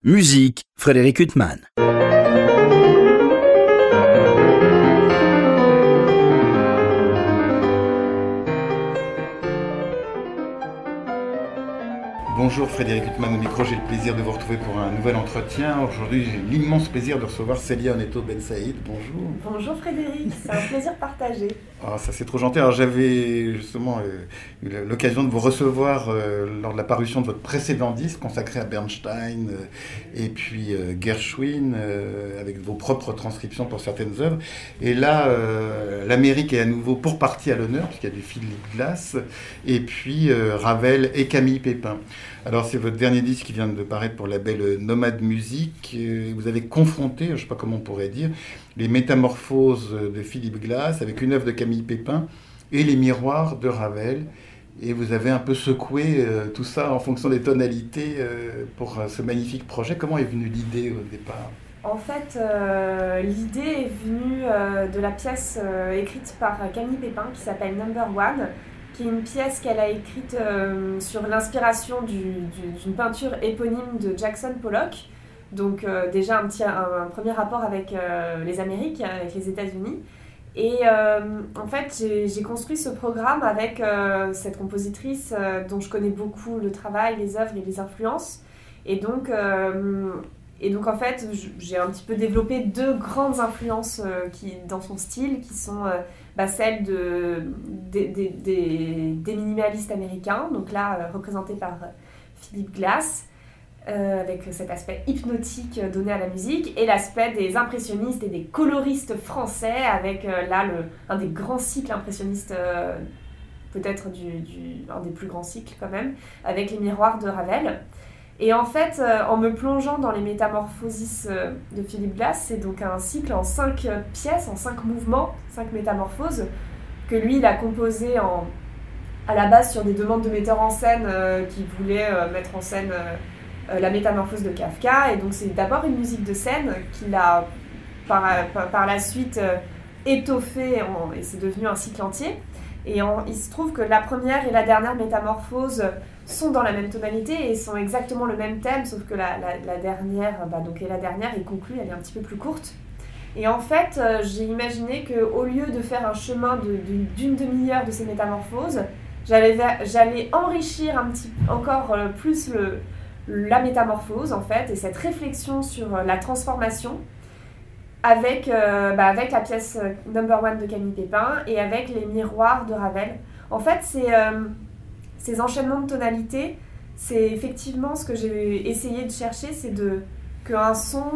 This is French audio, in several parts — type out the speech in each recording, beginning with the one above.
Musique, Frédéric Huttman. Bonjour Frédéric Huttman au micro, j'ai le plaisir de vous retrouver pour un nouvel entretien. Aujourd'hui, j'ai l'immense plaisir de recevoir Célia Oneto Ben Saïd. Bonjour. Bonjour Frédéric, c'est un plaisir partagé. Ah, ça c'est trop gentil. Alors j'avais justement eu l'occasion de vous recevoir lors de la parution de votre précédent disque consacré à Bernstein et puis Gershwin avec vos propres transcriptions pour certaines œuvres. Et là, l'Amérique est à nouveau pour partie à l'honneur puisqu'il y a du Philip Glass et puis Ravel et Camille Pépin. Alors c'est votre dernier disque qui vient de paraître pour le label Nomade Music. Vous avez confronté, je ne sais pas comment on pourrait dire, les métamorphoses de Philip Glass avec une œuvre de Camille Pépin et les miroirs de Ravel. Et vous avez un peu secoué tout ça en fonction des tonalités pour ce magnifique projet. Comment est venue l'idée au départ ? En fait, l'idée est venue de la pièce écrite par Camille Pépin qui s'appelle Number One, qui est une pièce qu'elle a écrite sur l'inspiration d'une peinture éponyme de Jackson Pollock. Donc déjà un premier rapport avec les Amériques, avec les États-Unis. Et en fait, j'ai construit ce programme avec cette compositrice dont je connais beaucoup le travail, les œuvres et les influences. Et donc en fait, j'ai un petit peu développé deux grandes influences dans son style, qui sont celles des minimalistes américains, donc là représentés par Philip Glass, avec cet aspect hypnotique donné à la musique, et l'aspect des impressionnistes et des coloristes français, avec un des grands cycles impressionnistes, peut-être un des plus grands cycles quand même, avec les miroirs de Ravel. Et en fait, en me plongeant dans les métamorphoses de Philip Glass, c'est donc un cycle en 5 pièces, en 5 mouvements, 5 métamorphoses, que lui, il a composé à la base sur des demandes de metteurs en scène qui voulaient mettre en scène la métamorphose de Kafka. Et donc c'est d'abord une musique de scène qu'il a par la suite étoffée, et c'est devenu un cycle entier. Et il se trouve que la première et la dernière métamorphose sont dans la même tonalité et sont exactement le même thème, sauf que la dernière, est conclue, elle est un petit peu plus courte. Et en fait, j'ai imaginé qu'au lieu de faire un chemin d'une demi-heure de ces métamorphoses, j'allais enrichir encore plus la métamorphose, en fait, et cette réflexion sur la transformation avec la pièce Number One de Camille Pépin et avec les miroirs de Ravel. En fait, ces enchaînements de tonalités, c'est effectivement ce que j'ai essayé de chercher, c'est qu'un son,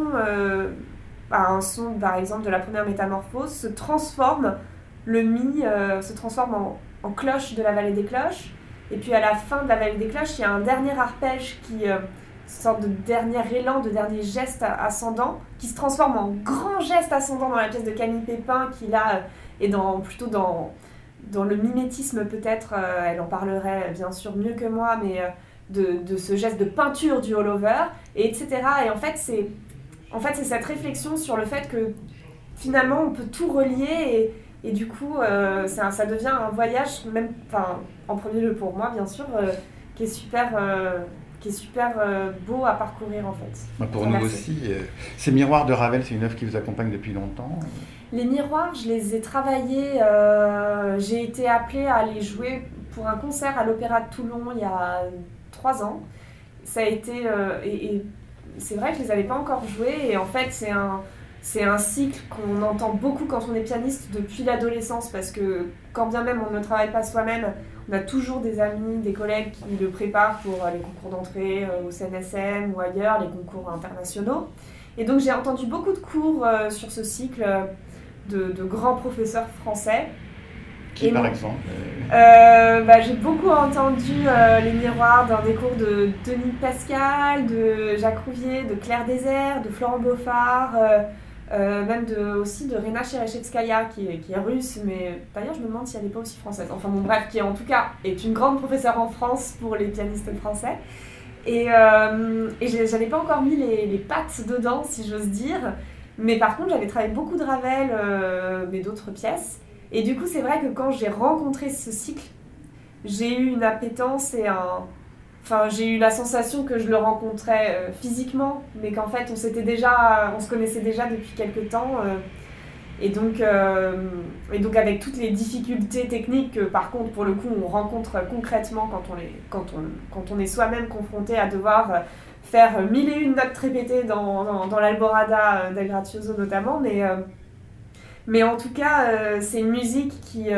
un son par exemple de la première métamorphose se transforme, le mi se transforme en cloche de la vallée des cloches, et puis à la fin de la vallée des cloches, il y a un dernier arpège qui sorte de dernier élan, de dernier geste ascendant, qui se transforme en grand geste ascendant dans la pièce de Camille Pépin, qui là est plutôt dans le mimétisme peut-être, elle en parlerait bien sûr mieux que moi, mais de ce geste de peinture du all-over, et etc. Et en fait, c'est cette réflexion sur le fait que finalement on peut tout relier, et du coup ça devient un voyage, même, en premier lieu pour moi bien sûr, qui est super beau à parcourir en fait. Pour nous aussi. Ces miroirs de Ravel, c'est une œuvre qui vous accompagne depuis longtemps. Les miroirs, je les ai travaillés, j'ai été appelée à les jouer pour un concert à l'Opéra de Toulon il y a 3 ans. Ça a été, et c'est vrai que je les avais pas encore joués, et en fait c'est un cycle qu'on entend beaucoup quand on est pianiste depuis l'adolescence, parce que quand bien même on ne travaille pas soi-même, on a toujours des amis, des collègues qui le préparent pour les concours d'entrée au CNSM ou ailleurs, les concours internationaux. Et donc j'ai entendu beaucoup de cours sur ce cycle de grands professeurs français. Qui par exemple j'ai beaucoup entendu les miroirs dans des cours de Denis Pascal, de Jacques Rouvier, de Claire Désert, de Florent Beaufard, même aussi de Rena Cherechevskaya qui est russe, mais d'ailleurs je me demande si elle n'est pas aussi française. Enfin bon bref, qui en tout cas est une grande professeure en France pour les pianistes français. Et j'avais pas encore mis les pattes dedans, si j'ose dire, mais par contre j'avais travaillé beaucoup de Ravel, mais d'autres pièces. Et du coup c'est vrai que quand j'ai rencontré ce cycle, j'ai eu une appétence et j'ai eu la sensation que je le rencontrais physiquement, mais qu'en fait on se connaissait déjà depuis quelques temps. Et donc avec toutes les difficultés techniques que par contre pour le coup on rencontre concrètement quand on est soi-même confronté à devoir faire 1001 notes répétées dans l'Alborada del Gracioso notamment, mais en tout cas c'est une musique qui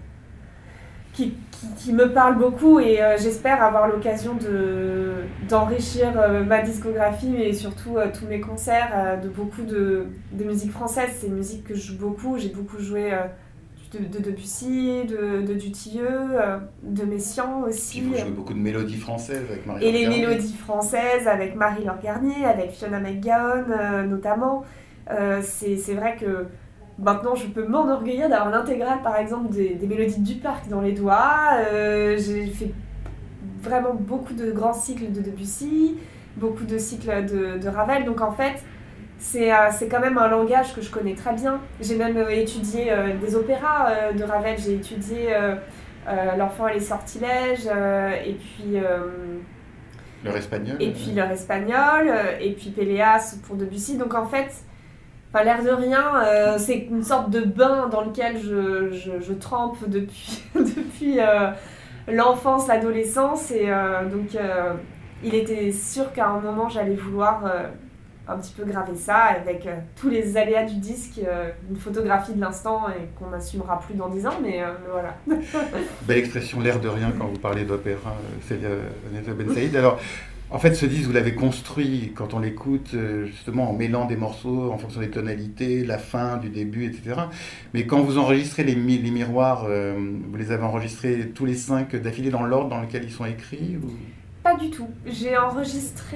me parle beaucoup, et j'espère avoir l'occasion d'enrichir ma discographie, mais surtout tous mes concerts de beaucoup de musique française. C'est une musique que je joue beaucoup. J'ai beaucoup joué de Debussy, de Dutilleux, de Messiaen aussi. Puis vous jouez beaucoup de mélodies françaises avec Marie-Laure Et les Garnier. mélodies françaises avec Marie-Laure Garnier, avec Fiona McGowan notamment. C'est vrai que maintenant, je peux m'enorgueillir d'avoir l'intégrale, par exemple, des mélodies du parc dans les doigts. J'ai fait vraiment beaucoup de grands cycles de Debussy, beaucoup de cycles de Ravel. Donc, en fait, c'est quand même un langage que je connais très bien. J'ai même étudié des opéras de Ravel. J'ai étudié L'Enfant et les sortilèges, et puis... Leur espagnol. Et puis leur espagnol, et puis Péléas pour Debussy. Donc, en fait... l'air de rien, c'est une sorte de bain dans lequel je trempe depuis l'enfance, l'adolescence. Et donc, il était sûr qu'à un moment, j'allais vouloir un petit peu graver ça avec tous les aléas du disque, une photographie de l'instant, et qu'on n'assumera plus dans 10 ans, mais voilà. Belle expression, l'air de rien, quand vous parlez d'opéra, Célia Bensaïd. Alors, en fait, ce disque, vous l'avez construit quand on l'écoute, justement en mêlant des morceaux en fonction des tonalités, la fin, du début, etc. Mais quand vous enregistrez les miroirs, vous les avez enregistrés tous les 5 d'affilée dans l'ordre dans lequel ils sont écrits ou... Pas du tout. J'ai enregistré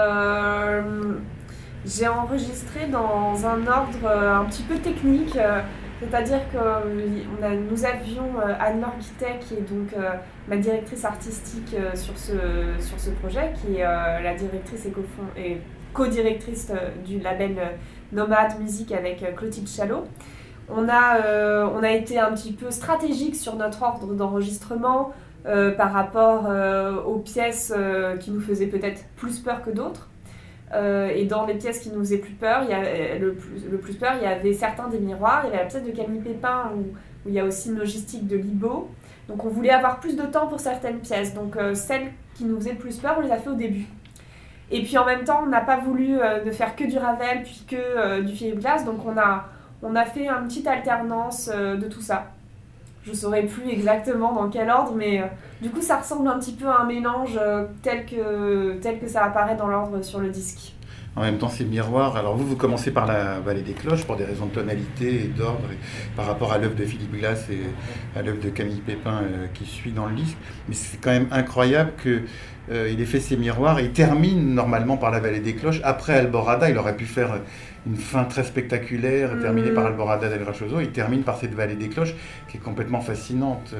dans un ordre un petit peu technique. C'est-à-dire que nous avions Anne-Laure Guittet, qui est donc ma directrice artistique sur ce projet, qui est la directrice et co-directrice du label Nomade Musique avec Clotilde Chalot. On a été un petit peu stratégique sur notre ordre d'enregistrement par rapport aux pièces qui nous faisaient peut-être plus peur que d'autres. Et dans les pièces qui nous faisaient plus peur, le plus peur, il y avait certains des miroirs. Il y avait la pièce de Camille Pépin où il y a aussi une logistique de Libo. Donc on voulait avoir plus de temps pour certaines pièces. Donc celles qui nous faisaient plus peur, on les a fait au début. Et puis en même temps, on n'a pas voulu ne faire que du Ravel puis que du Philippe Glass. Donc on a fait une petite alternance de tout ça. Je ne saurais plus exactement dans quel ordre, mais du coup ça ressemble un petit peu à un mélange tel que ça apparaît dans l'ordre sur le disque. En même temps, ces miroirs, alors vous commencez par la Vallée des Cloches pour des raisons de tonalité et d'ordre, par rapport à l'œuvre de Philippe Glass et à l'œuvre de Camille Pépin qui suit dans le disque. Mais c'est quand même incroyable qu'il ait fait ces miroirs et il termine normalement par la Vallée des Cloches. Après Alborada, il aurait pu faire une fin très spectaculaire, terminée par Alborada del Gracioso. Il termine par cette Vallée des Cloches qui est complètement fascinante.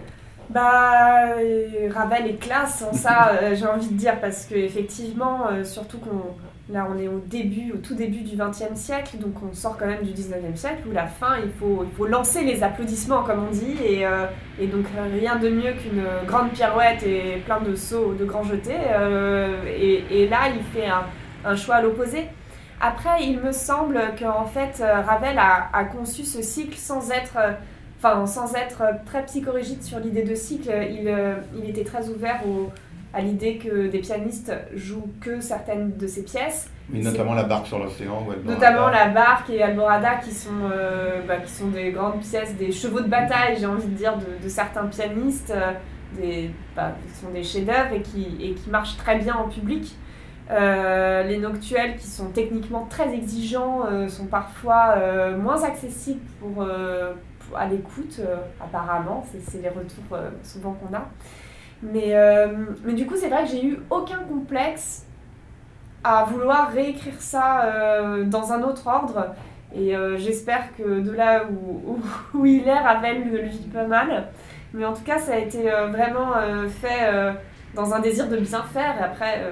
Ravel est classe en ça, j'ai envie de dire, parce qu'effectivement, surtout là on est au tout début du XXe siècle, donc on sort quand même du XIXe siècle, où la fin, il faut lancer les applaudissements, comme on dit, et donc rien de mieux qu'une grande pirouette et plein de sauts, de grands jetés, et là il fait un choix à l'opposé. Après, il me semble qu'en fait, Ravel a conçu ce cycle sans être très psychorigide sur l'idée de cycle. Il était très ouvert à l'idée que des pianistes jouent que certaines de ses pièces. Mais notamment la Barque sur l'océan ou Alborada. Notamment la Barque et Alborada qui sont des grandes pièces, des chevaux de bataille, j'ai envie de dire, de certains pianistes, qui sont des chefs-d'œuvre et qui marchent très bien en public. Les noctuels qui sont techniquement très exigeants sont parfois moins accessibles à l'écoute, apparemment, c'est les retours souvent qu'on a. Mais du coup, c'est vrai que j'ai eu aucun complexe à vouloir réécrire ça dans un autre ordre. Et j'espère que de là où il est, Ravel le vit pas mal. Mais en tout cas, ça a été vraiment fait dans un désir de bien faire. Et après,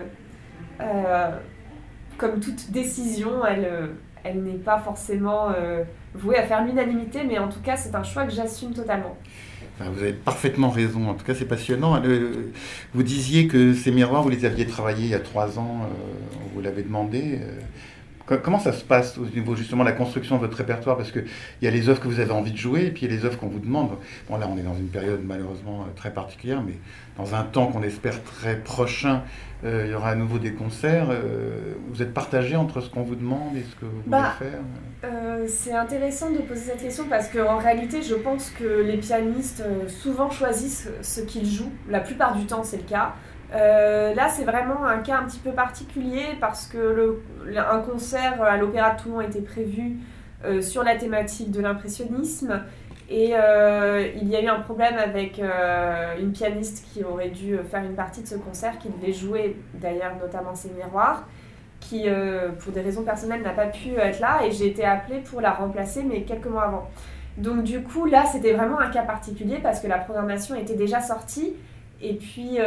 comme toute décision, elle n'est pas forcément vouée à faire l'unanimité, mais en tout cas, c'est un choix que j'assume totalement. Enfin, vous avez parfaitement raison. En tout cas, c'est passionnant. Vous disiez que ces miroirs, vous les aviez travaillés il y a 3 ans. Vous l'avez demandé. Comment ça se passe au niveau justement de la construction de votre répertoire? Parce qu'il y a les œuvres que vous avez envie de jouer et puis il y a les œuvres qu'on vous demande. Bon, là, on est dans une période malheureusement très particulière, mais dans un temps qu'on espère très prochain, il y aura à nouveau des concerts. Vous êtes partagé entre ce qu'on vous demande et ce que vous voulez faire? C'est intéressant de poser cette question parce qu'en réalité, je pense que les pianistes souvent choisissent ce qu'ils jouent. La plupart du temps, c'est le cas. Là, c'est vraiment un cas un petit peu particulier parce que un concert à l'Opéra de Toulon était prévu sur la thématique de l'impressionnisme et il y a eu un problème avec une pianiste qui aurait dû faire une partie de ce concert, qui devait jouer d'ailleurs notamment ces miroirs, qui pour des raisons personnelles n'a pas pu être là et j'ai été appelée pour la remplacer mais quelques mois avant. Donc du coup là c'était vraiment un cas particulier parce que la programmation était déjà sortie. Et puis,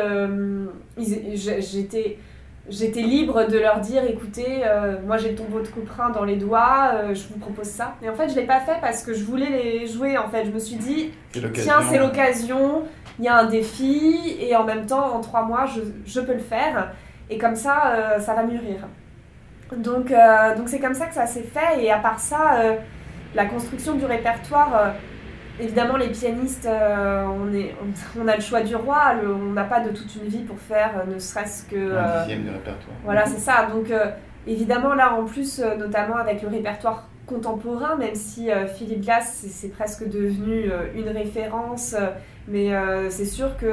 j'étais libre de leur dire, écoutez, moi j'ai le tombeau de Couperin dans les doigts, je vous propose ça. Mais en fait, je ne l'ai pas fait parce que je voulais les jouer. En fait, je me suis dit, tiens, c'est l'occasion, il y a un défi, et en même temps, en 3 mois, je peux le faire. Et comme ça, ça va mûrir. Donc c'est comme ça que ça s'est fait. Et à part ça, la construction du répertoire... Évidemment, les pianistes, on a le choix du roi, on n'a pas de toute une vie pour faire ne serait-ce que... un dixième du répertoire. Voilà, c'est ça. Donc, évidemment, là, en plus, notamment avec le répertoire contemporain, même si Philippe Glass, c'est presque devenu une référence, mais c'est sûr que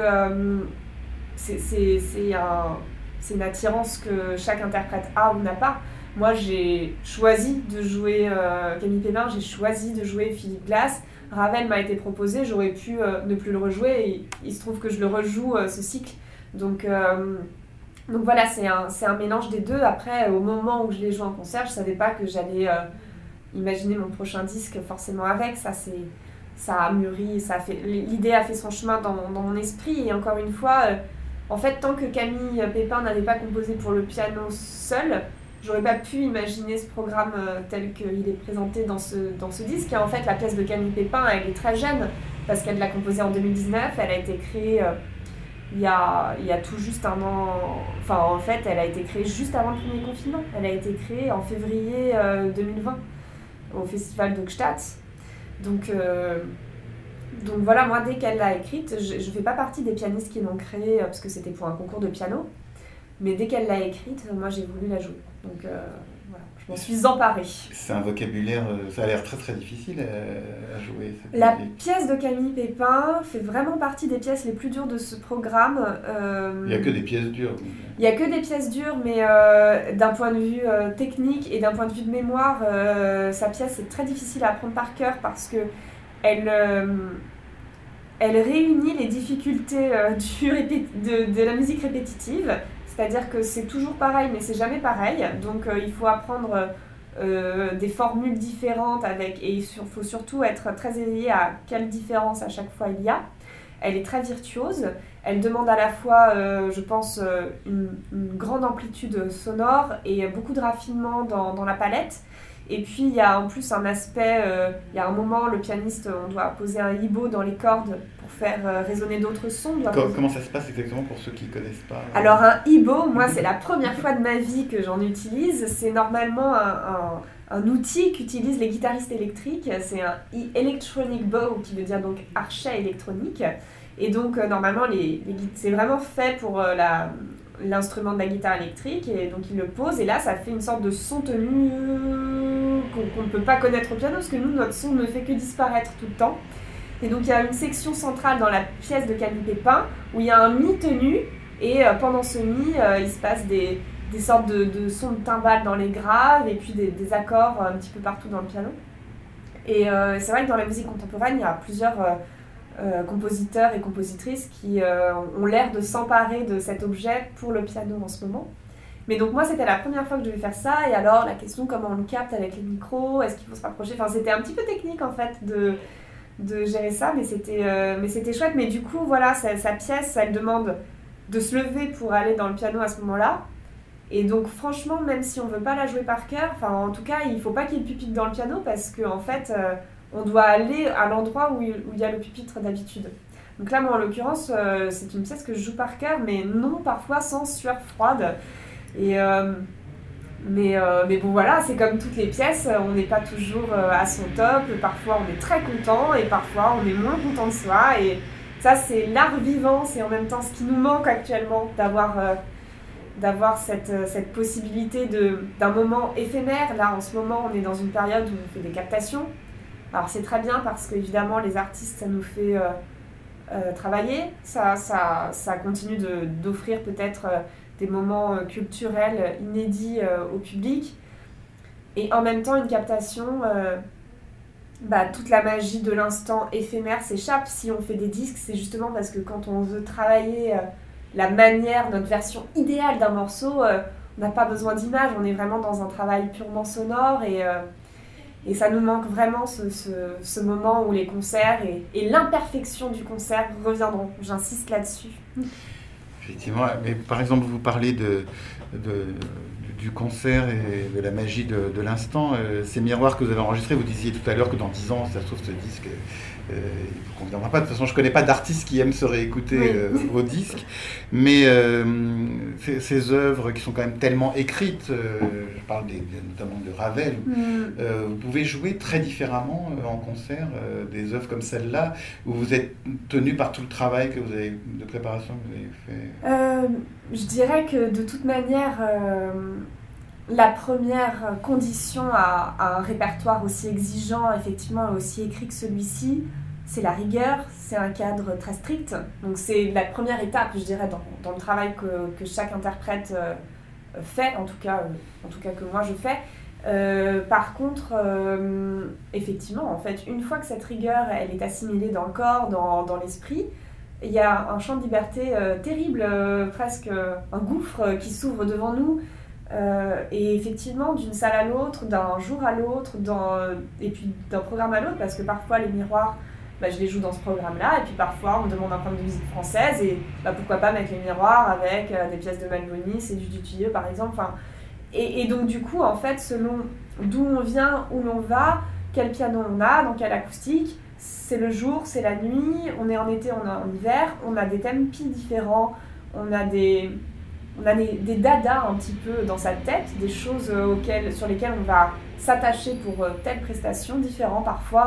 c'est une attirance que chaque interprète a ou n'a pas. Moi, j'ai choisi de jouer Camille Pépin, j'ai choisi de jouer Philippe Glass. Ravel m'a été proposé, j'aurais pu ne plus le rejouer et il se trouve que je le rejoue ce cycle. Donc voilà, c'est un mélange des deux. Après, au moment où je l'ai joué en concert, je ne savais pas que j'allais imaginer mon prochain disque forcément avec. Ça a mûri, l'idée a fait son chemin dans mon esprit. Et encore une fois, en fait, tant que Camille Pépin n'avait pas composé pour le piano seul, j'aurais pas pu imaginer ce programme tel qu'il est présenté dans ce disque. Et en fait, la pièce de Camille Pépin, elle est très jeune parce qu'elle l'a composée en 2019. Elle a été créée il y a tout juste un an. Enfin, en fait, elle a été créée juste avant le premier confinement. Elle a été créée en février 2020 au festival de Gstaad. Donc voilà, moi, dès qu'elle l'a écrite, je fais pas partie des pianistes qui l'ont créée parce que c'était pour un concours de piano. Mais dès qu'elle l'a écrite, moi j'ai voulu la jouer. Donc voilà, je m'en suis emparée. C'est un vocabulaire, ça a l'air très très difficile à jouer. La pièce de Camille Pépin fait vraiment partie des pièces les plus dures de ce programme. Il n'y a que des pièces dures. Il n'y a que des pièces dures, mais d'un point de vue technique et d'un point de vue de mémoire, sa pièce est très difficile à apprendre par cœur parce que elle réunit les difficultés de la musique répétitive. C'est-à-dire que c'est toujours pareil, mais c'est jamais pareil. Donc il faut apprendre des formules différentes et il faut surtout être très éveillé à quelle différence à chaque fois il y a. Elle est très virtuose. Elle demande à la fois, je pense, une grande amplitude sonore et beaucoup de raffinement dans la palette. Et puis il y a en plus un aspect, il y a un moment, le pianiste, on doit poser un hibo dans les cordes pour faire résonner d'autres sons. Comment ça se passe exactement pour ceux qui ne connaissent pas Alors un hibo, moi c'est la première fois de ma vie que j'en utilise. C'est normalement un outil qu'utilisent les guitaristes électriques. C'est un electronic bow qui veut dire donc archet électronique. Et donc normalement c'est vraiment fait pour l'instrument de la guitare électrique et donc il le pose et là ça fait une sorte de son tenu qu'on ne peut pas connaître au piano parce que nous notre son ne fait que disparaître tout le temps et donc il y a une section centrale dans la pièce de Camille Pépin où il y a un mi tenu et pendant ce mi il se passe des sortes de sons de timbales dans les graves et puis des accords un petit peu partout dans le piano et c'est vrai que dans la musique contemporaine il y a plusieurs compositeurs et compositrices qui ont l'air de s'emparer de cet objet pour le piano en ce moment. Mais donc moi c'était la première fois que je devais faire ça et alors la question comment on le capte avec les micros, est-ce qu'il faut se rapprocher, enfin c'était un petit peu technique en fait de gérer ça mais c'était chouette mais du coup voilà sa pièce elle demande de se lever pour aller dans le piano à ce moment-là et donc franchement même si on veut pas la jouer par cœur, enfin en tout cas il faut pas qu'il y ait de pupitre dans le piano parce que en fait on doit aller à l'endroit où il y a le pupitre d'habitude. Donc là, moi, en l'occurrence, c'est une pièce que je joue par cœur, mais non, parfois sans sueur froide. Et, mais bon, voilà, c'est comme toutes les pièces, on n'est pas toujours à son top. Parfois, on est très content et parfois, on est moins content de soi. Et ça, c'est l'art vivant, c'est en même temps ce qui nous manque actuellement, d'avoir cette possibilité d'un moment éphémère. Là, en ce moment, on est dans une période où on fait des captations. Alors, c'est très bien parce qu'évidemment, les artistes, ça nous fait travailler. Ça continue d'offrir peut-être des moments culturels inédits au public. Et en même temps, une captation, toute la magie de l'instant éphémère s'échappe. Si on fait des disques, c'est justement parce que quand on veut travailler la manière, notre version idéale d'un morceau, on n'a pas besoin d'images, on est vraiment dans un travail purement sonore et ça nous manque vraiment ce moment où les concerts et l'imperfection du concert reviendront. J'insiste là-dessus. Effectivement, mais par exemple, vous parlez du concert et de la magie de l'instant. Ces miroirs que vous avez enregistrés, vous disiez tout à l'heure que dans 10 ans, ça se trouve, ce disque il ne conviendra pas. De toute façon, je ne connais pas d'artistes qui aiment se réécouter vos disques, mais ces œuvres qui sont quand même tellement écrites, je parle notamment de Ravel, vous pouvez jouer très différemment en concert des œuvres comme celle-là, où vous êtes tenu par tout le travail de préparation que vous avez fait. Je dirais que de toute manière, la première condition à un répertoire aussi exigeant, effectivement, et aussi écrit que celui-ci, c'est la rigueur, c'est un cadre très strict. Donc c'est la première étape, je dirais, dans le travail que chaque interprète fait, en tout cas que moi je fais. Par contre, effectivement, en fait, une fois que cette rigueur elle est assimilée dans le corps, dans l'esprit, il y a un champ de liberté terrible, presque un gouffre qui s'ouvre devant nous. Et effectivement, d'une salle à l'autre, d'un jour à l'autre, et puis d'un programme à l'autre, parce que parfois les miroirs, je les joue dans ce programme-là, et puis parfois on me demande un programme de musique française, et pourquoi pas mettre les miroirs avec des pièces de Malbonis et du Dutilleux par exemple. Et donc du coup, en fait, selon d'où on vient, où l'on va, quel piano on a, dans quelle acoustique, c'est le jour, c'est la nuit, on est en été, on est en hiver, on a des tempi différents, on a des dadas un petit peu dans sa tête, des choses sur lesquelles on va s'attacher pour telle prestation, différent.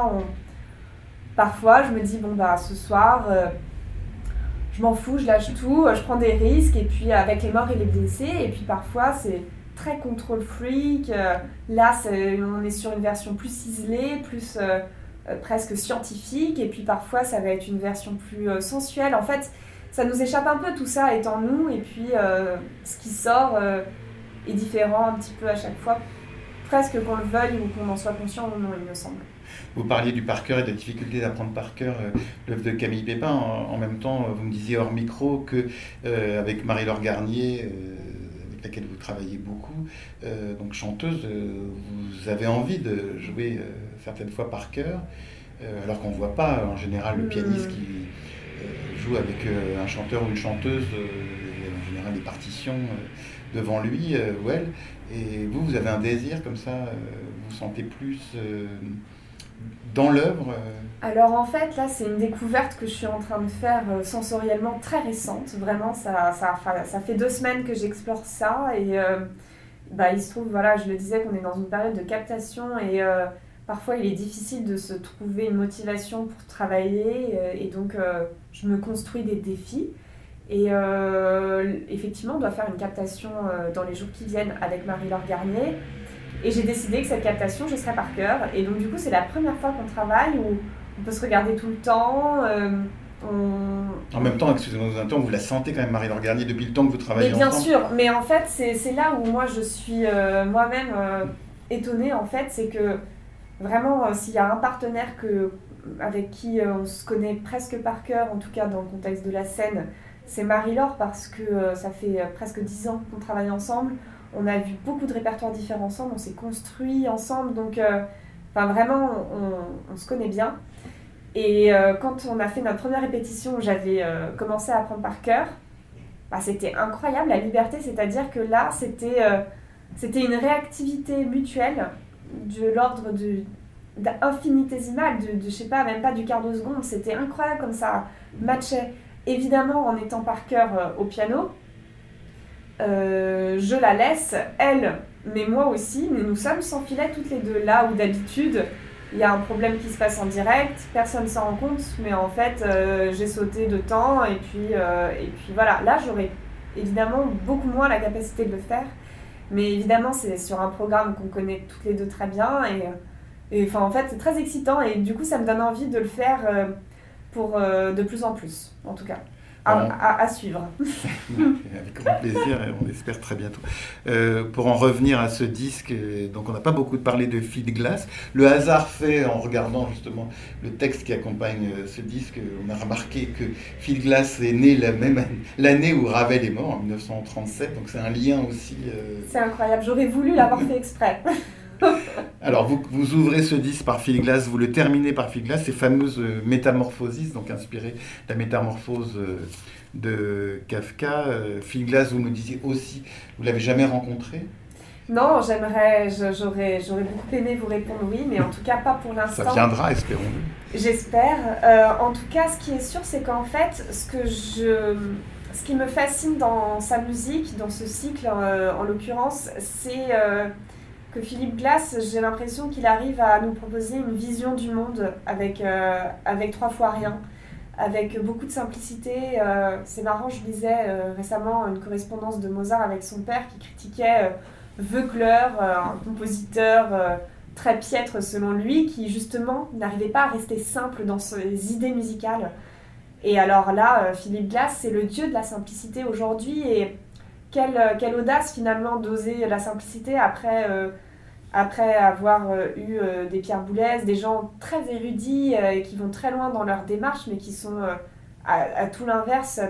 Parfois, je me dis, ce soir, je m'en fous, je lâche tout, je prends des risques, et puis avec les morts et les blessés, et puis parfois, c'est très control freak. Là, on est sur une version plus ciselée, plus presque scientifique, et puis parfois, ça va être une version plus sensuelle. En fait, ça nous échappe un peu, tout ça est en nous, et puis ce qui sort est différent un petit peu à chaque fois, presque qu'on le veuille ou qu'on en soit conscient ou non, il me semble. Vous parliez du par cœur et de la difficulté d'apprendre par cœur l'œuvre de Camille Pépin. En même temps, vous me disiez hors micro que avec Marie-Laure Garnier, avec laquelle vous travaillez beaucoup, donc chanteuse, vous avez envie de jouer certaines fois par cœur, alors qu'on ne voit pas en général le pianiste qui joue avec un chanteur ou une chanteuse, en général des partitions devant lui ou elle, et vous avez un désir comme ça, vous sentez plus dans l'œuvre Alors en fait, là, c'est une découverte que je suis en train de faire sensoriellement très récente. Vraiment, ça fait 2 semaines que j'explore ça. Et il se trouve, voilà, je le disais, qu'on est dans une période de captation. Et parfois, il est difficile de se trouver une motivation pour travailler. Et donc, je me construis des défis. Et effectivement, on doit faire une captation dans les jours qui viennent avec Marie-Laure Garnier. Et j'ai décidé que cette captation, je serais par cœur. Et donc, du coup, c'est la première fois qu'on travaille où on peut se regarder tout le temps. En même temps, excusez-moi de vous interrompre, vous la sentez quand même, Marie-Laure Garnier, depuis le temps que vous travaillez ensemble. Bien sûr, mais en fait, c'est là où moi, je suis moi-même étonnée, en fait. C'est que vraiment, s'il y a un partenaire avec qui on se connaît presque par cœur, en tout cas dans le contexte de la scène, c'est Marie-Laure, parce que ça fait presque 10 ans qu'on travaille ensemble. On a vu beaucoup de répertoires différents ensemble, on s'est construit ensemble, donc vraiment on se connaît bien. Et quand on a fait notre première répétition, j'avais commencé à apprendre par cœur, c'était incroyable la liberté, c'est-à-dire que là c'était une réactivité mutuelle de l'ordre infinitésimal, je sais pas, même pas du quart de seconde. C'était incroyable comme ça matchait. Évidemment, en étant par cœur au piano, je la laisse, elle, mais moi aussi, mais nous sommes sans filet toutes les deux. Là où d'habitude, il y a un problème qui se passe en direct, personne ne s'en rend compte, mais en fait, j'ai sauté de temps, et puis voilà. Là, j'aurais évidemment beaucoup moins la capacité de le faire, mais évidemment, c'est sur un programme qu'on connaît toutes les deux très bien, et enfin, en fait, c'est très excitant, et du coup, ça me donne envie de le faire pour de plus en plus, en tout cas. À suivre. Avec grand plaisir, et on espère très bientôt. Pour en revenir à ce disque, donc on n'a pas beaucoup parlé de Phil Glass. Le hasard fait, en regardant justement le texte qui accompagne ce disque, on a remarqué que Phil Glass est né l'année où Ravel est mort, en 1937, donc c'est un lien aussi... C'est incroyable, j'aurais voulu l'avoir fait exprès. Alors, vous ouvrez ce disque par Phil Glass, vous le terminez par Phil Glass, ces fameuses métamorphoses, donc inspirées de la métamorphose de Kafka. Phil Glass, vous me disiez aussi, vous ne l'avez jamais rencontré ? Non, j'aurais beaucoup aimé vous répondre oui, mais en tout cas pas pour l'instant. Ça viendra, espérons-le. J'espère. En tout cas, ce qui est sûr, c'est qu'en fait, ce qui me fascine dans sa musique, dans ce cycle en l'occurrence, c'est... que Philip Glass, j'ai l'impression qu'il arrive à nous proposer une vision du monde avec 3 fois rien, avec beaucoup de simplicité. C'est marrant, je lisais récemment une correspondance de Mozart avec son père qui critiquait Wöchler, un compositeur très piètre selon lui, qui justement n'arrivait pas à rester simple dans ses idées musicales. Et alors là, Philip Glass, c'est le dieu de la simplicité aujourd'hui, et quelle audace finalement d'oser la simplicité après avoir eu des Pierre Boulez, des gens très érudits et qui vont très loin dans leur démarche, mais qui sont à tout l'inverse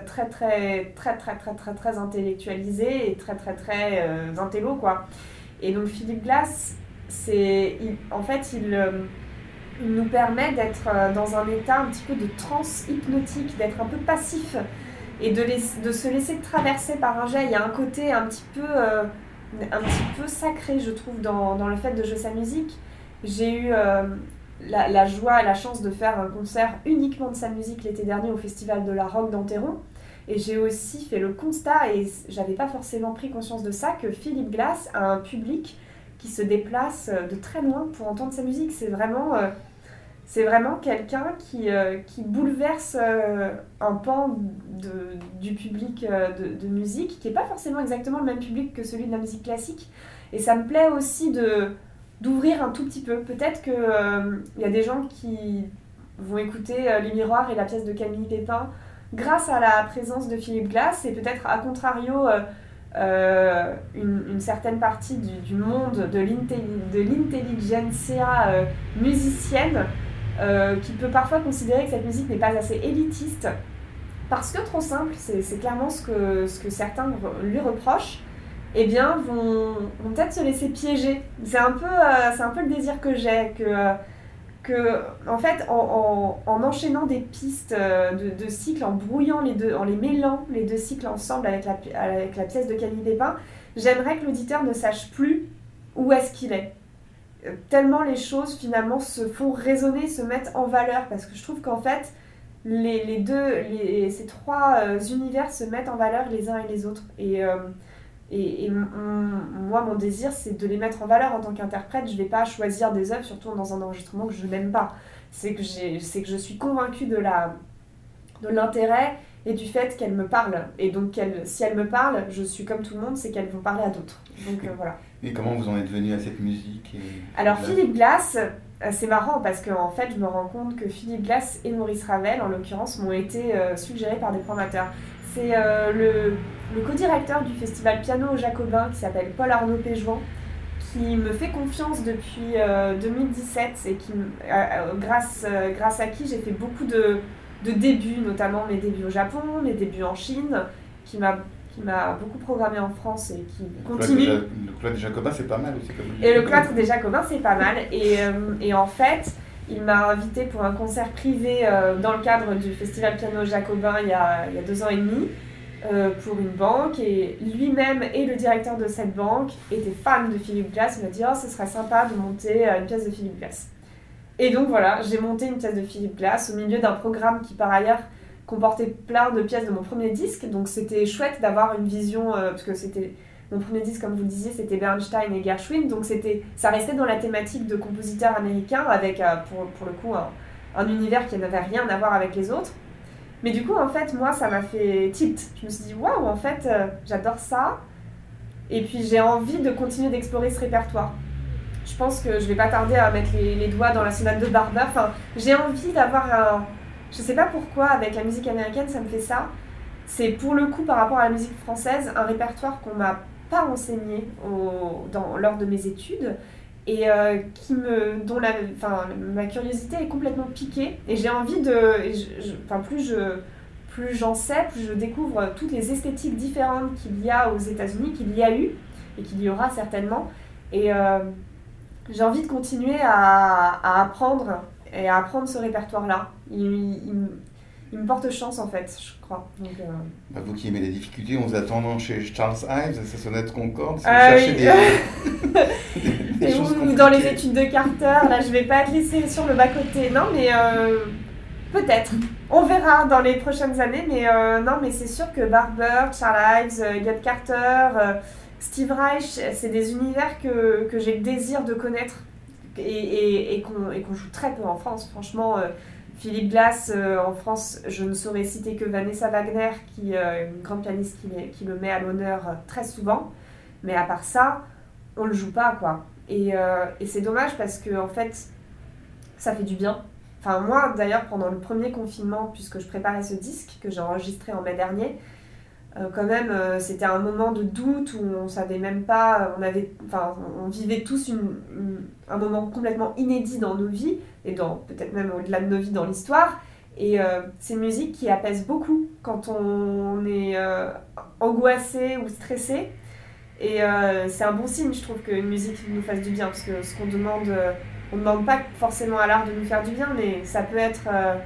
très intellectualisés et très intello, quoi. Et donc Philip Glass, il nous permet d'être dans un état un petit peu de transe hypnotique, d'être un peu passif et de se laisser traverser par un jet. Il y a un côté un petit peu sacré, je trouve, dans le fait de jouer sa musique. J'ai eu la joie et la chance de faire un concert uniquement de sa musique l'été dernier au Festival de la Roque d'Anteron. Et j'ai aussi fait le constat, et j'avais pas forcément pris conscience de ça, que Philip Glass a un public qui se déplace de très loin pour entendre sa musique. C'est vraiment quelqu'un qui bouleverse un pan du public de musique, qui n'est pas forcément exactement le même public que celui de la musique classique. Et ça me plaît aussi d'ouvrir un tout petit peu. Peut-être qu'il y a des gens qui vont écouter Les Miroirs et la pièce de Camille Pépin grâce à la présence de Philip Glass, et peut-être à contrario une certaine partie du monde de l'intelligentsia musicienne qui peut parfois considérer que cette musique n'est pas assez élitiste parce que trop simple. C'est clairement ce que certains lui reprochent. Eh bien, vont peut-être se laisser piéger. C'est un peu le désir que j'ai, que en fait, en enchaînant des pistes de cycles, en brouillant les deux, en les mêlant les deux cycles ensemble avec la pièce de Camille Pépin, j'aimerais que l'auditeur ne sache plus où est-ce qu'il est. Tellement les choses finalement se font résonner, se mettent en valeur, parce que je trouve qu'en fait ces trois univers se mettent en valeur les uns et les autres, et moi mon désir c'est de les mettre en valeur en tant qu'interprète. Je vais pas choisir des œuvres, surtout dans un enregistrement que je n'aime pas. C'est que je suis convaincue de l'intérêt et du fait qu'elles me parlent, et donc si elles me parlent, je suis comme tout le monde, c'est qu'elles vont parler à d'autres. Donc voilà. Et comment vous en êtes venu à cette musique Alors Philip Glass, c'est marrant parce qu'en fait je me rends compte que Philip Glass et Maurice Ravel en l'occurrence m'ont été suggérés par des programmateurs. C'est le co-directeur du festival Piano au Jacobin qui s'appelle Paul Arnaud Péjouan, qui me fait confiance depuis 2017 et qui, grâce à qui j'ai fait beaucoup de débuts, notamment mes débuts au Japon, mes débuts en Chine, qui m'a beaucoup programmé en France et qui continue. Le Cloître des Jacobins, c'est pas mal aussi. Et le Cloître des Jacobins, c'est pas mal. Et en fait, il m'a invité pour un concert privé dans le cadre du Festival Piano Jacobin il y a 2 ans et demi, pour une banque. Et lui-même et le directeur de cette banque étaient fans de Philip Glass. Il m'a dit « Oh, ce serait sympa de monter une pièce de Philip Glass ». Et donc voilà, j'ai monté une pièce de Philip Glass au milieu d'un programme qui par ailleurs comportait plein de pièces de mon premier disque. Donc c'était chouette d'avoir une vision, parce que c'était mon premier disque, comme vous le disiez, c'était Bernstein et Gershwin. Donc ça restait dans la thématique de compositeurs américains avec pour le coup un univers qui n'avait rien à voir avec les autres. Mais du coup, en fait, moi, ça m'a fait tilt. Je me suis dit, waouh, en fait, j'adore ça. Et puis j'ai envie de continuer d'explorer ce répertoire. Je pense que je vais pas tarder à mettre les doigts dans la sonate de Barber. Enfin, j'ai envie d'avoir un... Je sais pas pourquoi, avec la musique américaine, ça me fait ça. C'est pour le coup, par rapport à la musique française, un répertoire qu'on m'a pas enseigné lors de mes études et dont ma curiosité est complètement piquée. Et j'ai envie de... Plus j'en sais, plus je découvre toutes les esthétiques différentes qu'il y a aux États-Unis, qu'il y a eu et qu'il y aura certainement. Et j'ai envie de continuer à apprendre et à apprendre ce répertoire-là. Il me porte chance en fait, je crois. Donc, vous qui aimez les difficultés, on vous attend chez Charles Ives, sa sonate Concorde, si vous cherchez des choses ou dans les études de Carter, là je vais pas être laissée sur le bas-côté. Non mais peut-être, on verra dans les prochaines années, mais non mais c'est sûr que Barber, Charles Ives, Get Carter... Steve Reich, c'est des univers que j'ai le désir de connaître et qu'on joue très peu en France. Franchement, Philip Glass, en France, je ne saurais citer que Vanessa Wagner, qui est une grande pianiste qui le met à l'honneur très souvent. Mais à part ça, on le joue pas, quoi. Et c'est dommage parce que, en fait, ça fait du bien. Enfin, moi, d'ailleurs, pendant le premier confinement, puisque je préparais ce disque que j'ai enregistré en mai dernier, quand même, c'était un moment de doute où on savait même pas, on vivait tous un moment complètement inédit dans nos vies et peut-être même au-delà de nos vies dans l'histoire. Et c'est une musique qui apaise beaucoup quand on est angoissé ou stressé. Et c'est un bon signe, je trouve, qu'une musique nous fasse du bien, parce que ce qu'on demande, on ne demande pas forcément à l'art de nous faire du bien, mais ça peut être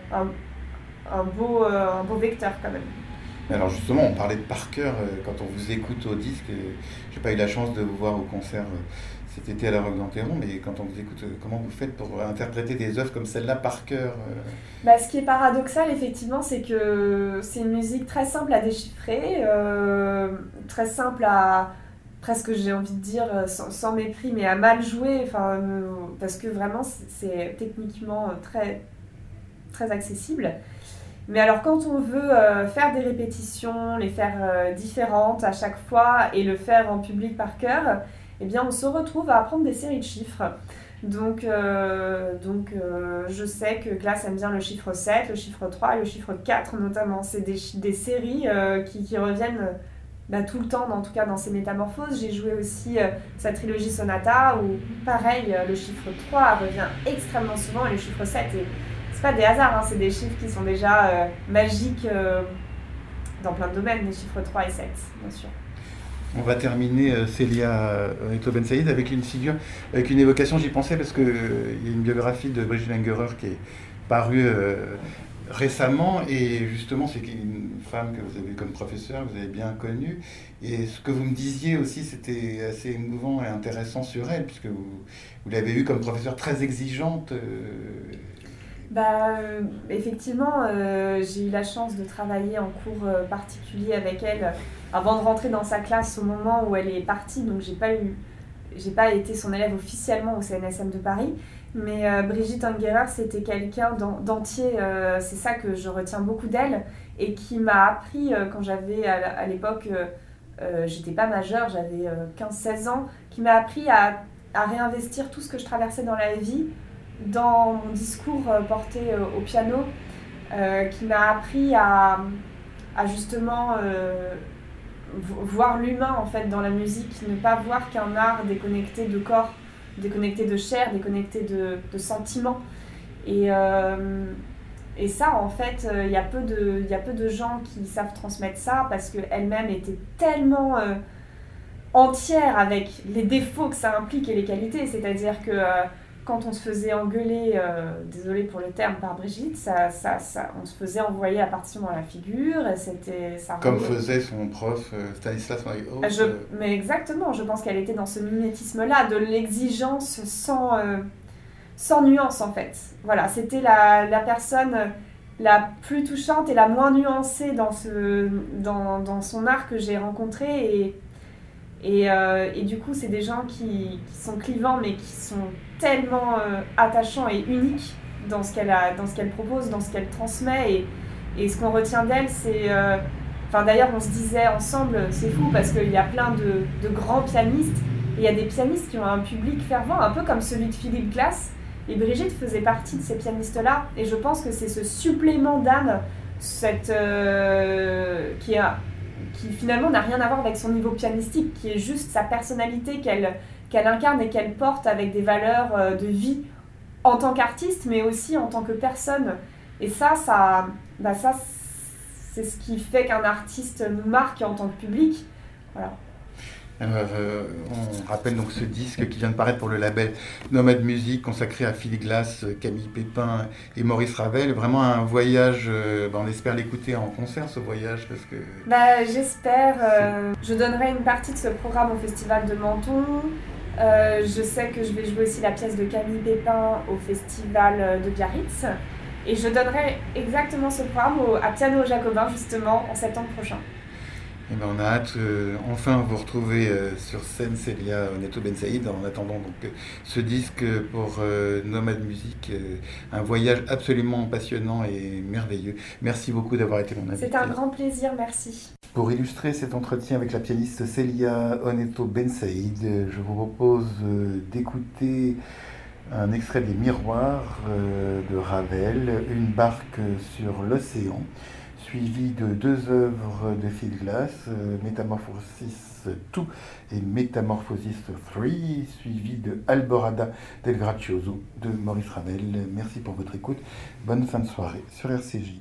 un beau vecteur quand même. Alors justement, on parlait de Parker quand on vous écoute au disque. J'ai pas eu la chance de vous voir au concert cet été à la Roque d'Enterron, mais quand on vous écoute, comment vous faites pour interpréter des œuvres comme celle-là, Parker Ce qui est paradoxal, effectivement, c'est que c'est une musique très simple à déchiffrer, très simple à, presque j'ai envie de dire, sans mépris, mais à mal jouer, parce que vraiment c'est techniquement très, très accessible. Mais alors quand on veut faire des répétitions, les faire différentes à chaque fois et le faire en public par cœur, eh bien on se retrouve à apprendre des séries de chiffres. Donc je sais que Glass aime bien le chiffre 7, le chiffre 3 et le chiffre 4 notamment. C'est des séries qui reviennent tout le temps, en tout cas dans ses métamorphoses. J'ai joué aussi sa trilogie Sonata où pareil, le chiffre 3 revient extrêmement souvent et le chiffre 7 est... pas des hasards, c'est des chiffres qui sont déjà magiques dans plein de domaines, les chiffres 3 et 7, bien sûr. On va terminer, Célia Ben Saïd, avec une figure, avec une évocation, j'y pensais parce qu'il y a une biographie de Brigitte Langer qui est parue récemment, et justement c'est une femme que vous avez comme professeur, que vous avez bien connue, et ce que vous me disiez aussi, c'était assez émouvant et intéressant sur elle, puisque vous l'avez eue comme professeure très exigeante. Effectivement, j'ai eu la chance de travailler en cours particulier avec elle avant de rentrer dans sa classe au moment où elle est partie, donc j'ai pas été son élève officiellement au CNSM de Paris, mais Brigitte Ungerer, c'était quelqu'un d'entier, c'est ça que je retiens beaucoup d'elle, et qui m'a appris quand j'avais à l'époque, j'étais pas majeure, j'avais 15-16 ans, qui m'a appris à réinvestir tout ce que je traversais dans la vie dans mon discours porté au piano, qui m'a appris à justement voir l'humain en fait dans la musique, ne pas voir qu'un art déconnecté de corps, déconnecté de chair, déconnecté de sentiments. Et ça, en fait, il y a peu de gens qui savent transmettre ça, parce qu'elle-même était tellement entière avec les défauts que ça implique et les qualités, c'est-à-dire que quand on se faisait engueuler, désolé pour le terme, par Brigitte, on se faisait envoyer la partition dans la figure. Comme faisait son prof Stanislas Marihaut. Mais exactement, je pense qu'elle était dans ce mimétisme-là, de l'exigence sans nuance en fait. Voilà, c'était la personne la plus touchante et la moins nuancée dans son art que j'ai rencontré. Et du coup, c'est des gens qui sont clivants, mais qui sont tellement attachants et uniques dans ce qu'elle propose, dans ce qu'elle transmet. Et ce qu'on retient d'elle, c'est... d'ailleurs, on se disait ensemble, c'est fou, parce qu'il y a plein de grands pianistes, et il y a des pianistes qui ont un public fervent, un peu comme celui de Philip Glass. Et Brigitte faisait partie de ces pianistes-là. Et je pense que c'est ce supplément d'âme, qui finalement n'a rien à voir avec son niveau pianistique, qui est juste sa personnalité qu'elle incarne et qu'elle porte avec des valeurs de vie en tant qu'artiste, mais aussi en tant que personne. Et ça c'est ce qui fait qu'un artiste nous marque en tant que public. Voilà. On rappelle donc ce disque qui vient de paraître pour le label Nomad Music, consacré à Philip Glass, Camille Pépin et Maurice Ravel. Vraiment un voyage, on espère l'écouter en concert, ce voyage, parce que... J'espère. Je donnerai une partie de ce programme au Festival de Menton. Je sais que je vais jouer aussi la pièce de Camille Pépin au Festival de Biarritz. Et je donnerai exactement ce programme à Piano Jacobin, justement, en septembre prochain. On a hâte enfin vous retrouver sur scène, Célia Oneto Bensaïd, en attendant donc ce disque pour Nomad Music, un voyage absolument passionnant et merveilleux. Merci beaucoup d'avoir été mon invité. C'est un grand plaisir, merci. Pour illustrer cet entretien avec la pianiste Célia Oneto Bensaïd, je vous propose d'écouter un extrait des Miroirs de Ravel, une barque sur l'océan, suivi de 2 œuvres de Philip Glass, Métamorphosis 2 et Métamorphosis 3, suivi de Alborada del Gracioso de Maurice Ravel. Merci pour votre écoute. Bonne fin de soirée sur RCJ.